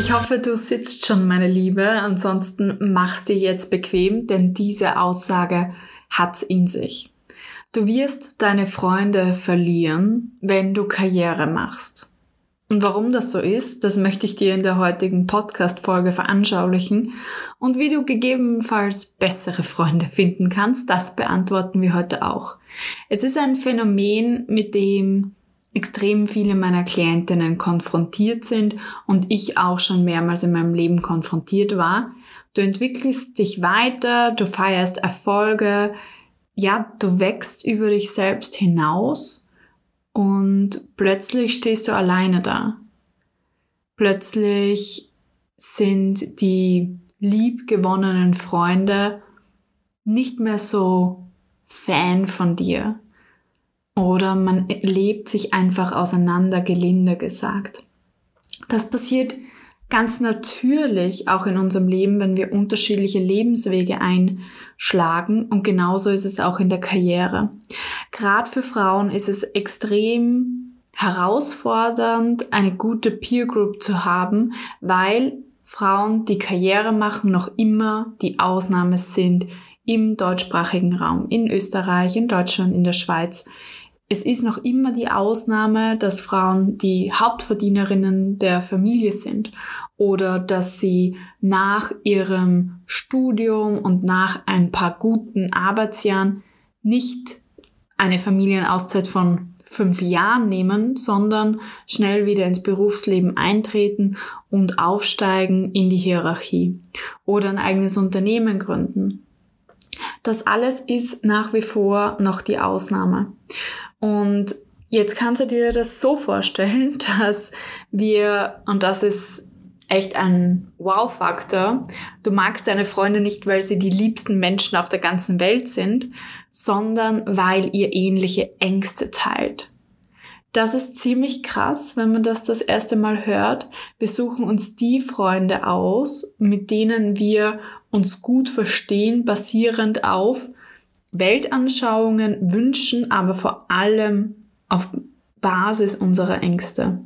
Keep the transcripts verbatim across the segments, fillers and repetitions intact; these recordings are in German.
Ich hoffe, du sitzt schon, meine Liebe. Ansonsten mach's dir jetzt bequem, denn diese Aussage hat's in sich. Du wirst deine Freunde verlieren, wenn du Karriere machst. Und warum das so ist, das möchte ich dir in der heutigen Podcast-Folge veranschaulichen. Und wie du gegebenenfalls bessere Freunde finden kannst, das beantworten wir heute auch. Es ist ein Phänomen, mit dem extrem viele meiner Klientinnen konfrontiert sind und ich auch schon mehrmals in meinem Leben konfrontiert war. Du entwickelst dich weiter, du feierst Erfolge, ja, du wächst über dich selbst hinaus. Und plötzlich stehst du alleine da. Plötzlich sind die liebgewonnenen Freunde nicht mehr so Fan von dir. Oder man lebt sich einfach auseinander, gelinde gesagt. Das passiert ganz natürlich auch in unserem Leben, wenn wir unterschiedliche Lebenswege einschlagen. Und genauso ist es auch in der Karriere. Gerade für Frauen ist es extrem herausfordernd, eine gute Peer Group zu haben, weil Frauen, die Karriere machen, noch immer die Ausnahme sind im deutschsprachigen Raum, in Österreich, in Deutschland, in der Schweiz. Es ist noch immer die Ausnahme, dass Frauen die Hauptverdienerinnen der Familie sind oder dass sie nach ihrem Studium und nach ein paar guten Arbeitsjahren nicht eine Familienauszeit von fünf Jahren nehmen, sondern schnell wieder ins Berufsleben eintreten und aufsteigen in die Hierarchie oder ein eigenes Unternehmen gründen. Das alles ist nach wie vor noch die Ausnahme. Und jetzt kannst du dir das so vorstellen, dass wir, und das ist echt ein Wow-Faktor, du magst deine Freunde nicht, weil sie die liebsten Menschen auf der ganzen Welt sind, sondern weil ihr ähnliche Ängste teilt. Das ist ziemlich krass, wenn man das das erste Mal hört. Wir suchen uns die Freunde aus, mit denen wir uns gut verstehen, basierend auf Weltanschauungen, Wünschen, aber vor allem auf Basis unserer Ängste.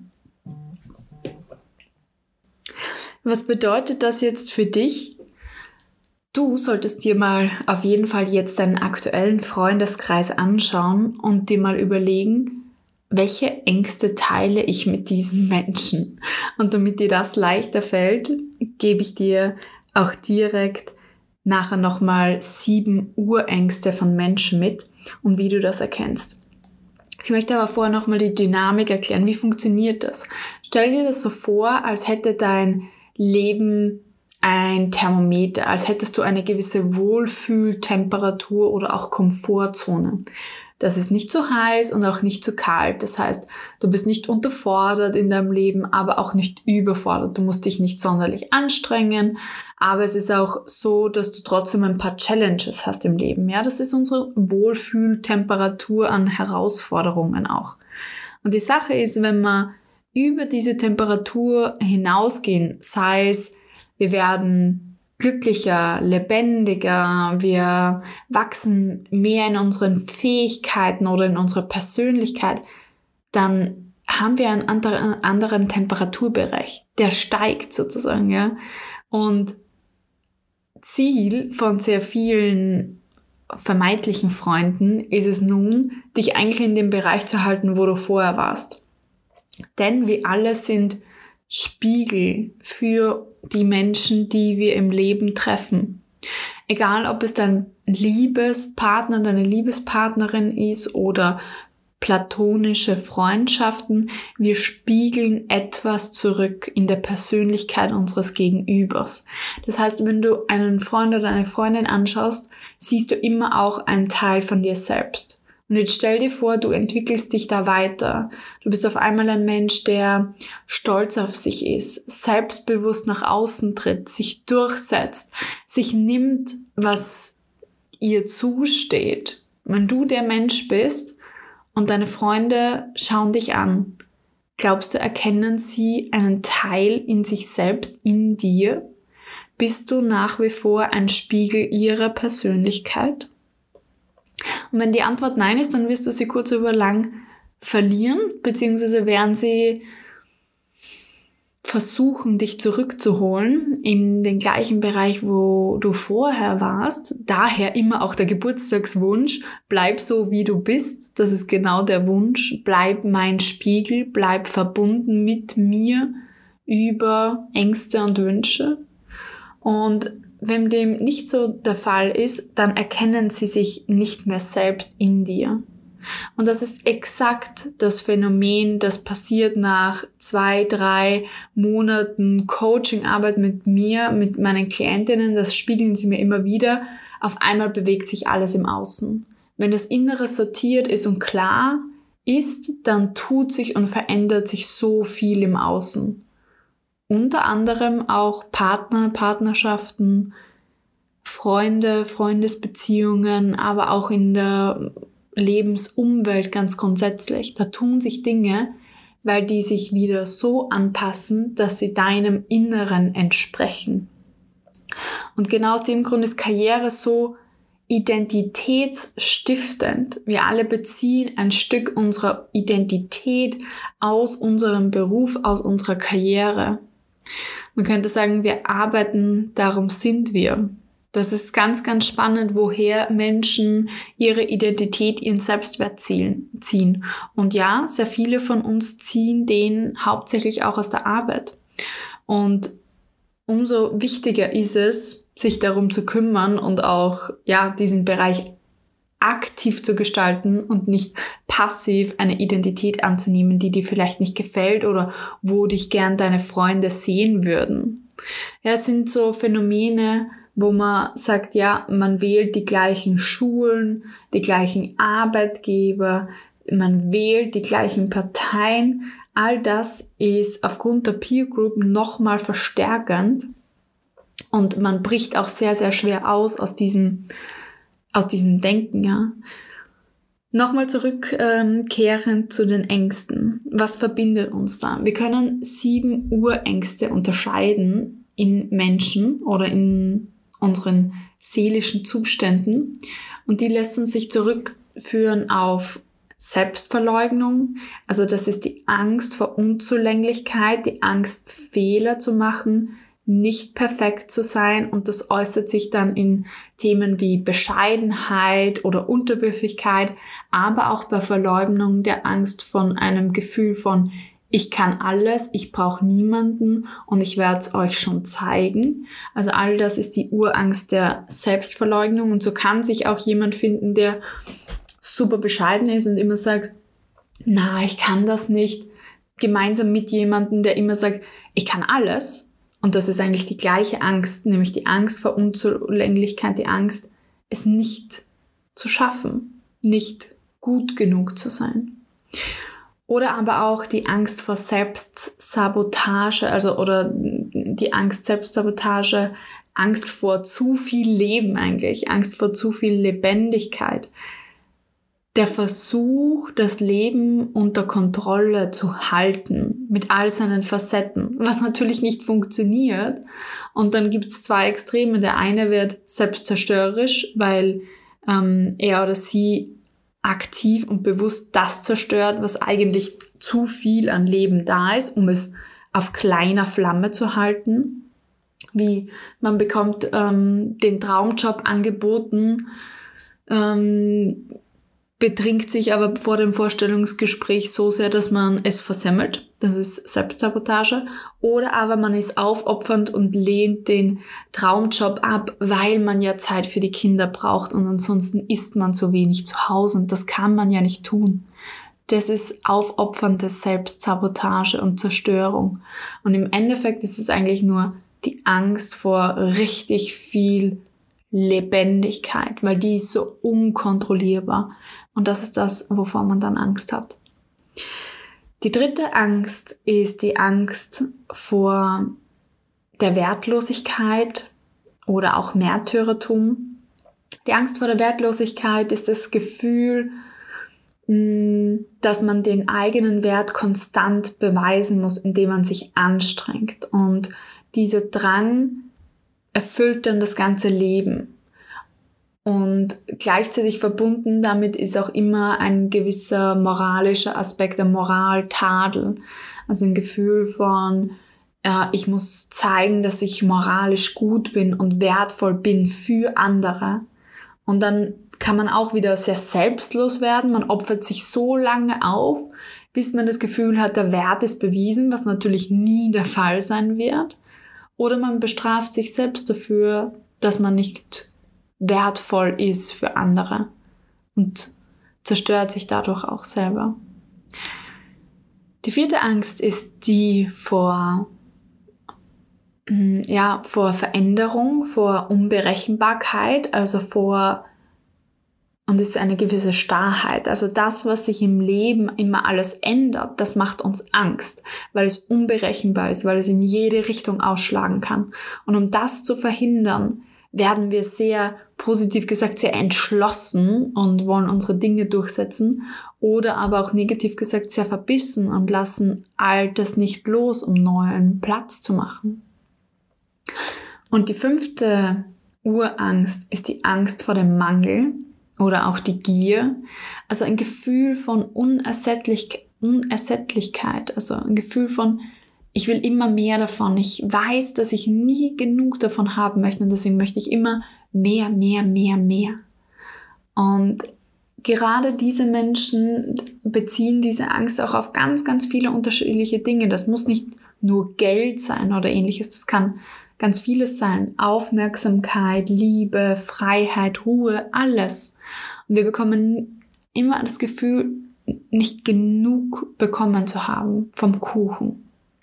Was bedeutet das jetzt für dich? Du solltest dir mal auf jeden Fall jetzt deinen aktuellen Freundeskreis anschauen und dir mal überlegen, welche Ängste teile ich mit diesen Menschen? Und damit dir das leichter fällt, gebe ich dir auch direkt nachher nochmal sieben Urängste von Menschen mit und wie du das erkennst. Ich möchte aber vorher nochmal die Dynamik erklären. Wie funktioniert das? Stell dir das so vor, als hätte dein Leben ein Thermometer, als hättest du eine gewisse Wohlfühltemperatur oder auch Komfortzone. Das ist nicht zu heiß und auch nicht zu kalt. Das heißt, du bist nicht unterfordert in deinem Leben, aber auch nicht überfordert. Du musst dich nicht sonderlich anstrengen, aber es ist auch so, dass du trotzdem ein paar Challenges hast im Leben. Ja, das ist unsere Wohlfühltemperatur an Herausforderungen auch. Und die Sache ist, wenn wir über diese Temperatur hinausgehen, sei es, wir werden glücklicher, lebendiger, wir wachsen mehr in unseren Fähigkeiten oder in unserer Persönlichkeit, dann haben wir einen anderen, anderen Temperaturbereich, der steigt sozusagen, ja. Und Ziel von sehr vielen vermeintlichen Freunden ist es nun, dich eigentlich in dem Bereich zu halten, wo du vorher warst. Denn wir alle sind Spiegel für die Menschen, die wir im Leben treffen. Egal, ob es dein Liebespartner, deine Liebespartnerin ist oder platonische Freundschaften, wir spiegeln etwas zurück in der Persönlichkeit unseres Gegenübers. Das heißt, wenn du einen Freund oder eine Freundin anschaust, siehst du immer auch einen Teil von dir selbst. Und jetzt stell dir vor, du entwickelst dich da weiter. Du bist auf einmal ein Mensch, der stolz auf sich ist, selbstbewusst nach außen tritt, sich durchsetzt, sich nimmt, was ihr zusteht. Wenn du der Mensch bist und deine Freunde schauen dich an, glaubst du, erkennen sie einen Teil in sich selbst, in dir? Bist du nach wie vor ein Spiegel ihrer Persönlichkeit? Und wenn die Antwort nein ist, dann wirst du sie kurz über lang verlieren, beziehungsweise werden sie versuchen, dich zurückzuholen in den gleichen Bereich, wo du vorher warst. Daher immer auch der Geburtstagswunsch, bleib so, wie du bist. Das ist genau der Wunsch. Bleib mein Spiegel, bleib verbunden mit mir über Ängste und Wünsche. Und wenn dem nicht so der Fall ist, dann erkennen sie sich nicht mehr selbst in dir. Und das ist exakt das Phänomen, das passiert nach zwei, drei Monaten Coachingarbeit mit mir, mit meinen Klientinnen. Das spiegeln sie mir immer wieder. Auf einmal bewegt sich alles im Außen. Wenn das Innere sortiert ist und klar ist, dann tut sich und verändert sich so viel im Außen. Unter anderem auch Partner, Partnerschaften, Freunde, Freundesbeziehungen, aber auch in der Lebensumwelt ganz grundsätzlich. Da tun sich Dinge, weil die sich wieder so anpassen, dass sie deinem Inneren entsprechen. Und genau aus dem Grund ist Karriere so identitätsstiftend. Wir alle beziehen ein Stück unserer Identität aus unserem Beruf, aus unserer Karriere. Man könnte sagen, wir arbeiten, darum sind wir. Das ist ganz, ganz spannend, woher Menschen ihre Identität, ihren Selbstwert ziehen. Und ja, sehr viele von uns ziehen den hauptsächlich auch aus der Arbeit. Und umso wichtiger ist es, sich darum zu kümmern und auch ja diesen Bereich aktiv zu gestalten und nicht passiv eine Identität anzunehmen, die dir vielleicht nicht gefällt oder wo dich gern deine Freunde sehen würden. Ja, es sind so Phänomene, wo man sagt, ja, man wählt die gleichen Schulen, die gleichen Arbeitgeber, man wählt die gleichen Parteien. All das ist aufgrund der Peer Group nochmal verstärkend und man bricht auch sehr, sehr schwer aus aus diesem aus diesem Denken, ja. Nochmal zurückkehren ähm, zu den Ängsten. Was verbindet uns da? Wir können sieben Urängste unterscheiden in Menschen oder in unseren seelischen Zuständen und die lassen sich zurückführen auf Selbstverleugnung. Also das ist die Angst vor Unzulänglichkeit, die Angst, Fehler zu machen, nicht perfekt zu sein und das äußert sich dann in Themen wie Bescheidenheit oder Unterwürfigkeit, aber auch bei Verleugnung der Angst von einem Gefühl von ich kann alles, ich brauche niemanden und ich werde es euch schon zeigen. Also all das ist die Urangst der Selbstverleugnung und so kann sich auch jemand finden, der super bescheiden ist und immer sagt, na, ich kann das nicht, gemeinsam mit jemandem, der immer sagt, ich kann alles. Und das ist eigentlich die gleiche Angst, nämlich die Angst vor Unzulänglichkeit, die Angst, es nicht zu schaffen, nicht gut genug zu sein. Oder aber auch die Angst vor Selbstsabotage, also oder die Angst Selbstsabotage, Angst vor zu viel Leben eigentlich, Angst vor zu viel Lebendigkeit. Der Versuch, das Leben unter Kontrolle zu halten, mit all seinen Facetten, was natürlich nicht funktioniert. Und dann gibt es zwei Extreme. Der eine wird selbstzerstörerisch, weil ähm, er oder sie aktiv und bewusst das zerstört, was eigentlich zu viel an Leben da ist, um es auf kleiner Flamme zu halten. Wie man bekommt ähm, den Traumjob angeboten, ähm, betrinkt sich aber vor dem Vorstellungsgespräch so sehr, dass man es versemmelt. Das ist Selbstsabotage. Oder aber man ist aufopfernd und lehnt den Traumjob ab, weil man ja Zeit für die Kinder braucht und ansonsten ist man zu wenig zu Hause und das kann man ja nicht tun. Das ist aufopfernde Selbstsabotage und Zerstörung. Und im Endeffekt ist es eigentlich nur die Angst vor richtig viel Lebendigkeit, weil die ist so unkontrollierbar. Und das ist das, wovor man dann Angst hat. Die dritte Angst ist die Angst vor der Wertlosigkeit oder auch Märtyrertum. Die Angst vor der Wertlosigkeit ist das Gefühl, dass man den eigenen Wert konstant beweisen muss, indem man sich anstrengt. Und dieser Drang erfüllt dann das ganze Leben. Und gleichzeitig verbunden damit ist auch immer ein gewisser moralischer Aspekt, ein Moraltadel. Also ein Gefühl von, äh, ich muss zeigen, dass ich moralisch gut bin und wertvoll bin für andere. Und dann kann man auch wieder sehr selbstlos werden. Man opfert sich so lange auf, bis man das Gefühl hat, der Wert ist bewiesen, was natürlich nie der Fall sein wird. Oder man bestraft sich selbst dafür, dass man nicht wertvoll ist für andere und zerstört sich dadurch auch selber. Die vierte Angst ist die vor, ja, vor Veränderung, vor Unberechenbarkeit, also vor, und es ist eine gewisse Starrheit. Also das, was sich im Leben immer alles ändert, das macht uns Angst, weil es unberechenbar ist, weil es in jede Richtung ausschlagen kann. Und um das zu verhindern, werden wir sehr, positiv gesagt, sehr entschlossen und wollen unsere Dinge durchsetzen oder aber auch negativ gesagt sehr verbissen und lassen Altes nicht los, um neuen Platz zu machen. Und die fünfte Urangst ist die Angst vor dem Mangel oder auch die Gier, also ein Gefühl von Unersättlich- Unersättlichkeit, also ein Gefühl von ich will immer mehr davon. Ich weiß, dass ich nie genug davon haben möchte und deswegen möchte ich immer mehr, mehr, mehr, mehr. Und gerade diese Menschen beziehen diese Angst auch auf ganz, ganz viele unterschiedliche Dinge. Das muss nicht nur Geld sein oder ähnliches. Das kann ganz vieles sein. Aufmerksamkeit, Liebe, Freiheit, Ruhe, alles. Und wir bekommen immer das Gefühl, nicht genug bekommen zu haben vom Kuchen.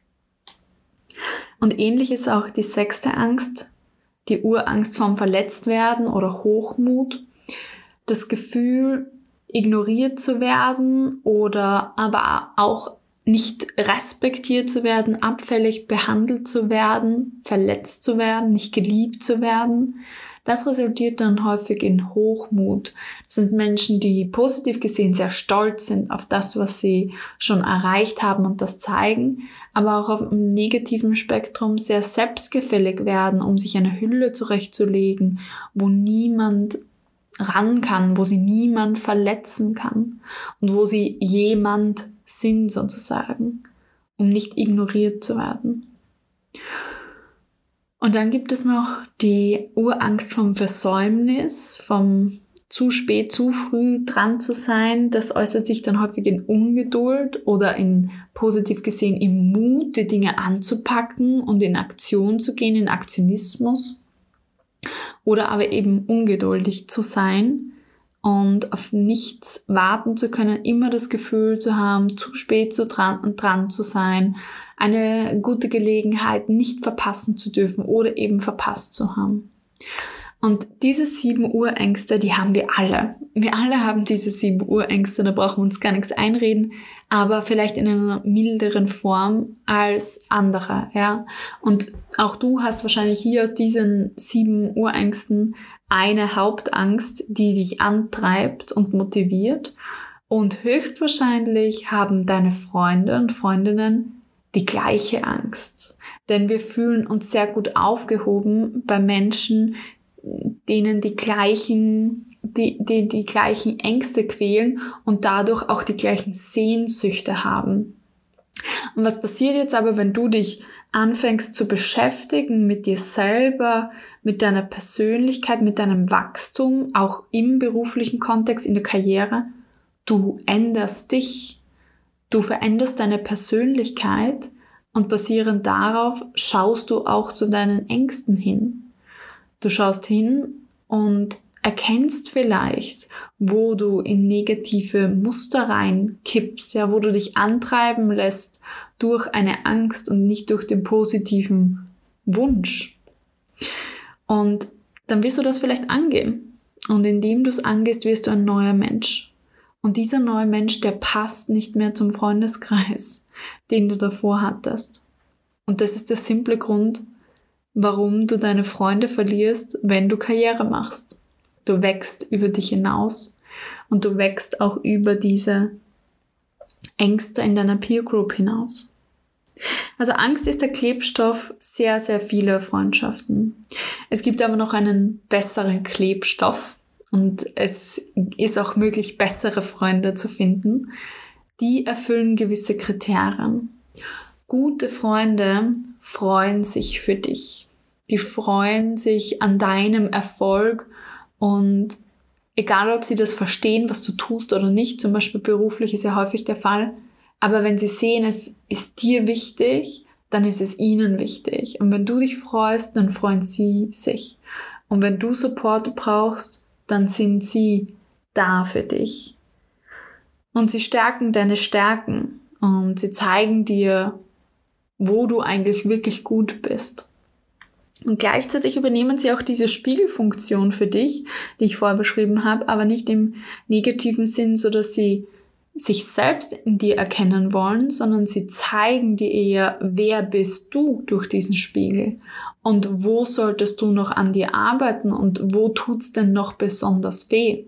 Und ähnlich ist auch die sechste Angst, die Urangst vom Verletztwerden oder Hochmut. Das Gefühl, ignoriert zu werden oder aber auch nicht respektiert zu werden, abfällig behandelt zu werden, verletzt zu werden, nicht geliebt zu werden. Das resultiert dann häufig in Hochmut. Das sind Menschen, die positiv gesehen sehr stolz sind auf das, was sie schon erreicht haben und das zeigen, aber auch auf dem negativen Spektrum sehr selbstgefällig werden, um sich eine Hülle zurechtzulegen, wo niemand ran kann, wo sie niemand verletzen kann und wo sie jemand sind sozusagen, um nicht ignoriert zu werden. Und dann gibt es noch die Urangst vom Versäumnis, vom zu spät, zu früh dran zu sein. Das äußert sich dann häufig in Ungeduld oder in, positiv gesehen, im Mut, die Dinge anzupacken und in Aktion zu gehen, in Aktionismus. Oder aber eben ungeduldig zu sein und auf nichts warten zu können, immer das Gefühl zu haben, zu spät zu dran, dran zu sein, eine gute Gelegenheit nicht verpassen zu dürfen oder eben verpasst zu haben. Und diese sieben Urängste, die haben wir alle. Wir alle haben diese sieben Urängste, da brauchen wir uns gar nichts einreden, aber vielleicht in einer milderen Form als andere, ja. Und auch du hast wahrscheinlich hier aus diesen sieben Urängsten eine Hauptangst, die dich antreibt und motiviert. Und höchstwahrscheinlich haben deine Freunde und Freundinnen die gleiche Angst. Denn wir fühlen uns sehr gut aufgehoben bei Menschen, denen die gleichen, die, die, die gleichen Ängste quälen und dadurch auch die gleichen Sehnsüchte haben. Und was passiert jetzt aber, wenn du dich anfängst zu beschäftigen mit dir selber, mit deiner Persönlichkeit, mit deinem Wachstum, auch im beruflichen Kontext, in der Karriere? Du änderst dich. Du veränderst deine Persönlichkeit und basierend darauf schaust du auch zu deinen Ängsten hin. Du schaust hin und erkennst vielleicht, wo du in negative Muster reinkippst, ja, wo du dich antreiben lässt durch eine Angst und nicht durch den positiven Wunsch. Und dann wirst du das vielleicht angehen. Und indem du es angehst, wirst du ein neuer Mensch. Und dieser neue Mensch, der passt nicht mehr zum Freundeskreis, den du davor hattest. Und das ist der simple Grund, warum du deine Freunde verlierst, wenn du Karriere machst. Du wächst über dich hinaus und du wächst auch über diese Ängste in deiner Peer Group hinaus. Also Angst ist der Klebstoff sehr, sehr vieler Freundschaften. Es gibt aber noch einen besseren Klebstoff. Und es ist auch möglich, bessere Freunde zu finden. Die erfüllen gewisse Kriterien. Gute Freunde freuen sich für dich. Die freuen sich an deinem Erfolg und egal, ob sie das verstehen, was du tust oder nicht, zum Beispiel beruflich ist ja häufig der Fall, aber wenn sie sehen, es ist dir wichtig, dann ist es ihnen wichtig. Und wenn du dich freust, dann freuen sie sich. Und wenn du Support brauchst, dann sind sie da für dich. Und sie stärken deine Stärken und sie zeigen dir, wo du eigentlich wirklich gut bist. Und gleichzeitig übernehmen sie auch diese Spiegelfunktion für dich, die ich vorher beschrieben habe, aber nicht im negativen Sinn, so dass sie sich selbst in dir erkennen wollen, sondern sie zeigen dir eher, wer bist du durch diesen Spiegel und wo solltest du noch an dir arbeiten und wo tut's denn noch besonders weh.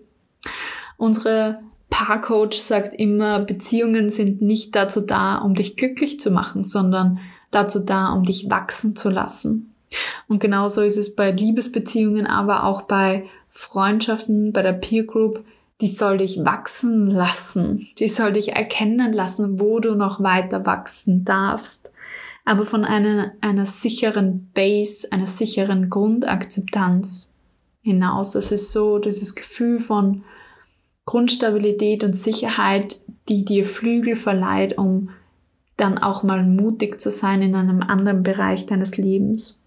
Unsere Paarcoach sagt immer, Beziehungen sind nicht dazu da, um dich glücklich zu machen, sondern dazu da, um dich wachsen zu lassen. Und genauso ist es bei Liebesbeziehungen, aber auch bei Freundschaften, bei der Peer Group. Die soll dich wachsen lassen. Die soll dich erkennen lassen, wo du noch weiter wachsen darfst. Aber von einer, einer sicheren Base, einer sicheren Grundakzeptanz hinaus. Das ist so dieses Gefühl von Grundstabilität und Sicherheit, die dir Flügel verleiht, um dann auch mal mutig zu sein in einem anderen Bereich deines Lebens.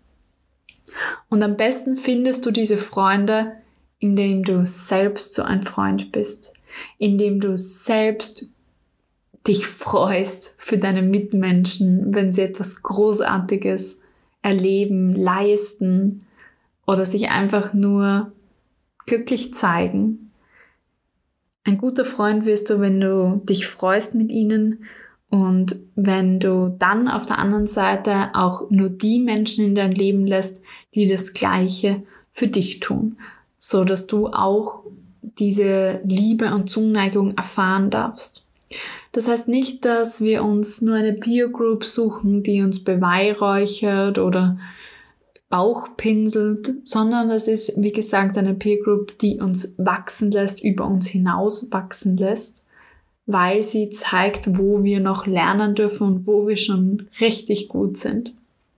Und am besten findest du diese Freunde, indem du selbst so ein Freund bist, indem du selbst dich freust für deine Mitmenschen, wenn sie etwas Großartiges erleben, leisten oder sich einfach nur glücklich zeigen. Ein guter Freund wirst du, wenn du dich freust mit ihnen und wenn du dann auf der anderen Seite auch nur die Menschen in dein Leben lässt, die das Gleiche für dich tun, so dass du auch diese Liebe und Zuneigung erfahren darfst. Das heißt nicht, dass wir uns nur eine Peer Group suchen, die uns beweihräuchert oder Bauchpinselt, sondern es ist, wie gesagt, eine Peer Group, die uns wachsen lässt, über uns hinaus wachsen lässt, weil sie zeigt, wo wir noch lernen dürfen und wo wir schon richtig gut sind.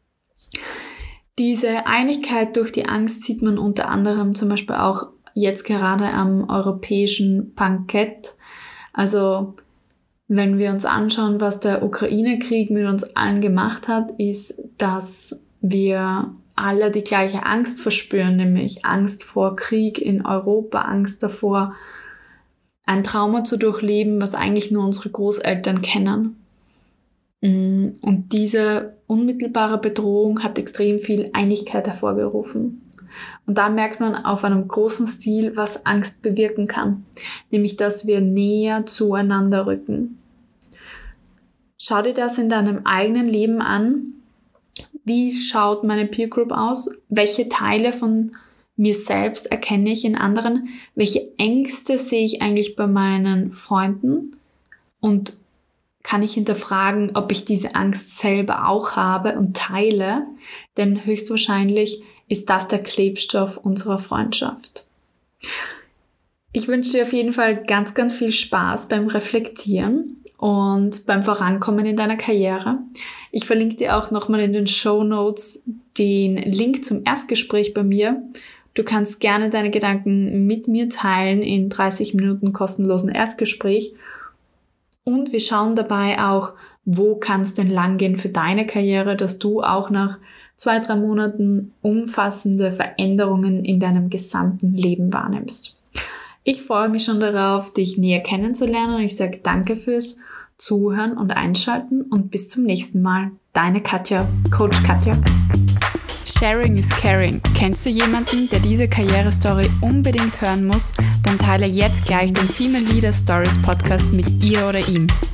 Diese Einigkeit durch die Angst sieht man unter anderem zum Beispiel auch jetzt gerade am europäischen Parkett. Also wenn wir uns anschauen, was der Ukraine-Krieg mit uns allen gemacht hat, ist, dass wir alle die gleiche Angst verspüren, nämlich Angst vor Krieg in Europa, Angst davor, ein Trauma zu durchleben, was eigentlich nur unsere Großeltern kennen. Und diese unmittelbare Bedrohung hat extrem viel Einigkeit hervorgerufen. Und da merkt man auf einem großen Stil, was Angst bewirken kann, nämlich dass wir näher zueinander rücken. Schau dir das in deinem eigenen Leben an. Wie schaut meine Peer Group aus? Welche Teile von mir selbst erkenne ich in anderen? Welche Ängste sehe ich eigentlich bei meinen Freunden? Und kann ich hinterfragen, ob ich diese Angst selber auch habe und teile? Denn höchstwahrscheinlich ist das der Klebstoff unserer Freundschaft. Ich wünsche dir auf jeden Fall ganz, ganz viel Spaß beim Reflektieren und beim Vorankommen in deiner Karriere. Ich verlinke dir auch nochmal in den Shownotes den Link zum Erstgespräch bei mir. Du kannst gerne deine Gedanken mit mir teilen in dreißig Minuten kostenlosen Erstgespräch. Und wir schauen dabei auch, wo kann es denn langgehen für deine Karriere, dass du auch nach zwei, drei Monaten umfassende Veränderungen in deinem gesamten Leben wahrnimmst. Ich freue mich schon darauf, dich näher kennenzulernen. Ich sage danke fürs Zuhören und Einschalten und bis zum nächsten Mal. Deine Katja, Coach Katja. Sharing is caring. Kennst du jemanden, der diese Karrierestory unbedingt hören muss? Dann teile jetzt gleich den Female Leader Stories Podcast mit ihr oder ihm.